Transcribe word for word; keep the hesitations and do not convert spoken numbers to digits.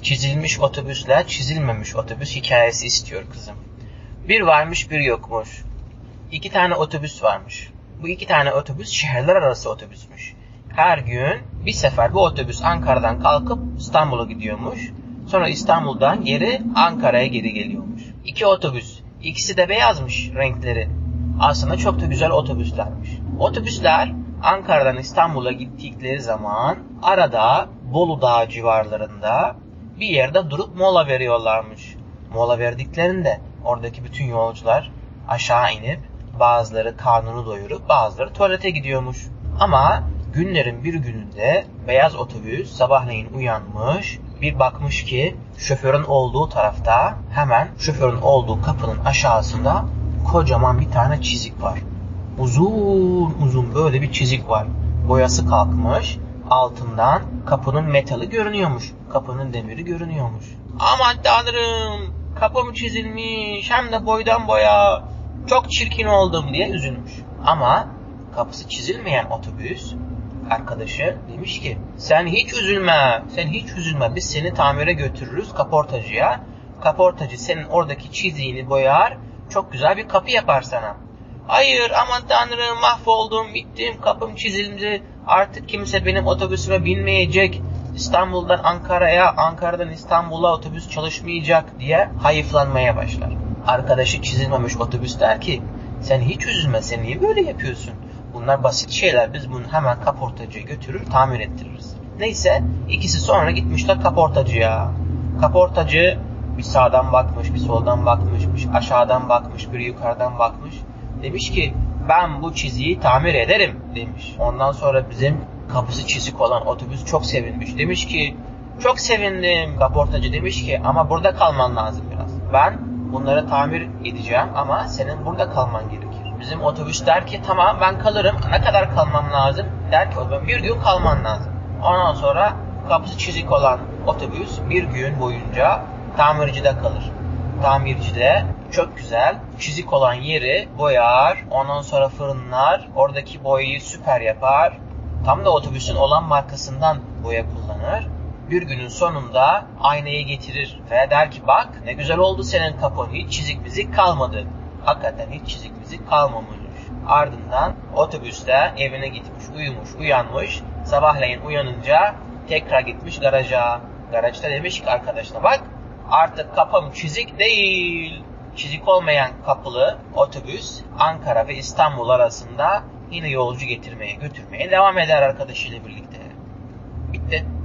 Çizilmiş otobüsle çizilmemiş otobüs hikayesi istiyor kızım. Bir varmış bir yokmuş. İki tane otobüs varmış. Bu iki tane otobüs şehirler arası otobüsmüş. Her gün bir sefer bu otobüs Ankara'dan kalkıp İstanbul'a gidiyormuş. Sonra İstanbul'dan geri Ankara'ya geri geliyormuş. İki otobüs. İkisi de beyazmış renkleri. Aslında çok da güzel otobüslermiş. Otobüsler Ankara'dan İstanbul'a gittikleri zaman arada Bolu Dağı civarlarında bir yerde durup mola veriyorlarmış. Mola verdiklerinde oradaki bütün yolcular aşağı inip bazıları karnını doyurup bazıları tuvalete gidiyormuş. Ama günlerin bir gününde beyaz otobüs sabahleyin uyanmış, bir bakmış ki şoförün olduğu tarafta hemen şoförün olduğu kapının aşağısında kocaman bir tane çizik var. Uzun uzun böyle bir çizik var. Boyası kalkmış, altından kapının metali görünüyormuş. Kapının demiri görünüyormuş. Aman tanrım, kapım çizilmiş hem de boydan boya. Çok çirkin oldum diye üzülmüş. Ama kapısı çizilmeyen otobüs arkadaşı demiş ki sen hiç üzülme, sen hiç üzülme. Biz seni tamire götürürüz kaportacıya. Kaportacı senin oradaki çiziğini boyar, çok güzel bir kapı yapar sana. Hayır aman tanrım, mahvoldum, bittim, kapım çizildi. Artık kimse benim otobüsüme binmeyecek. İstanbul'dan Ankara'ya, Ankara'dan İstanbul'a otobüs çalışmayacak diye hayıflanmaya başlar. Arkadaşı çizilmemiş otobüs der ki sen hiç üzülme, sen niye böyle yapıyorsun? Bunlar basit şeyler, biz bunu hemen kaportacıya götürür tamir ettiririz. Neyse ikisi sonra gitmişler kaportacıya. Kaportacı bir sağdan bakmış, bir soldan bakmış, bir aşağıdan bakmış, bir yukarıdan bakmış. Demiş ki ben bu çiziyi tamir ederim demiş. Ondan sonra bizim kapısı çizik olan otobüs çok sevinmiş. Demiş ki çok sevindim. Kaportacı demiş ki ama burada kalman lazım biraz. Ben bunları tamir edeceğim ama senin burada kalman gerekir. Bizim otobüs der ki tamam ben kalırım. Ne kadar kalmam lazım? Der ki o zaman bir gün kalman lazım. Ondan sonra kapısı çizik olan otobüs bir gün boyunca tamircide kalır. Tamircide çok güzel çizik olan yeri boyar. Ondan sonra fırınlar. Oradaki boyayı süper yapar. Tam da otobüsün olan markasından boya kullanır. Bir günün sonunda aynayı getirir ve der ki bak ne güzel oldu senin kapın, hiç çizik mizik kalmadı. Hakikaten hiç çizik mizik kalmamış. Ardından otobüste evine gitmiş, uyumuş, uyanmış. Sabahleyin uyanınca tekrar gitmiş garaja. Garajda demiş ki arkadaşına bak artık kapım çizik değil. Çizik olmayan kapılı otobüs Ankara ve İstanbul arasında yine yolcu getirmeye götürmeye devam eder arkadaşıyla birlikte. Bitti.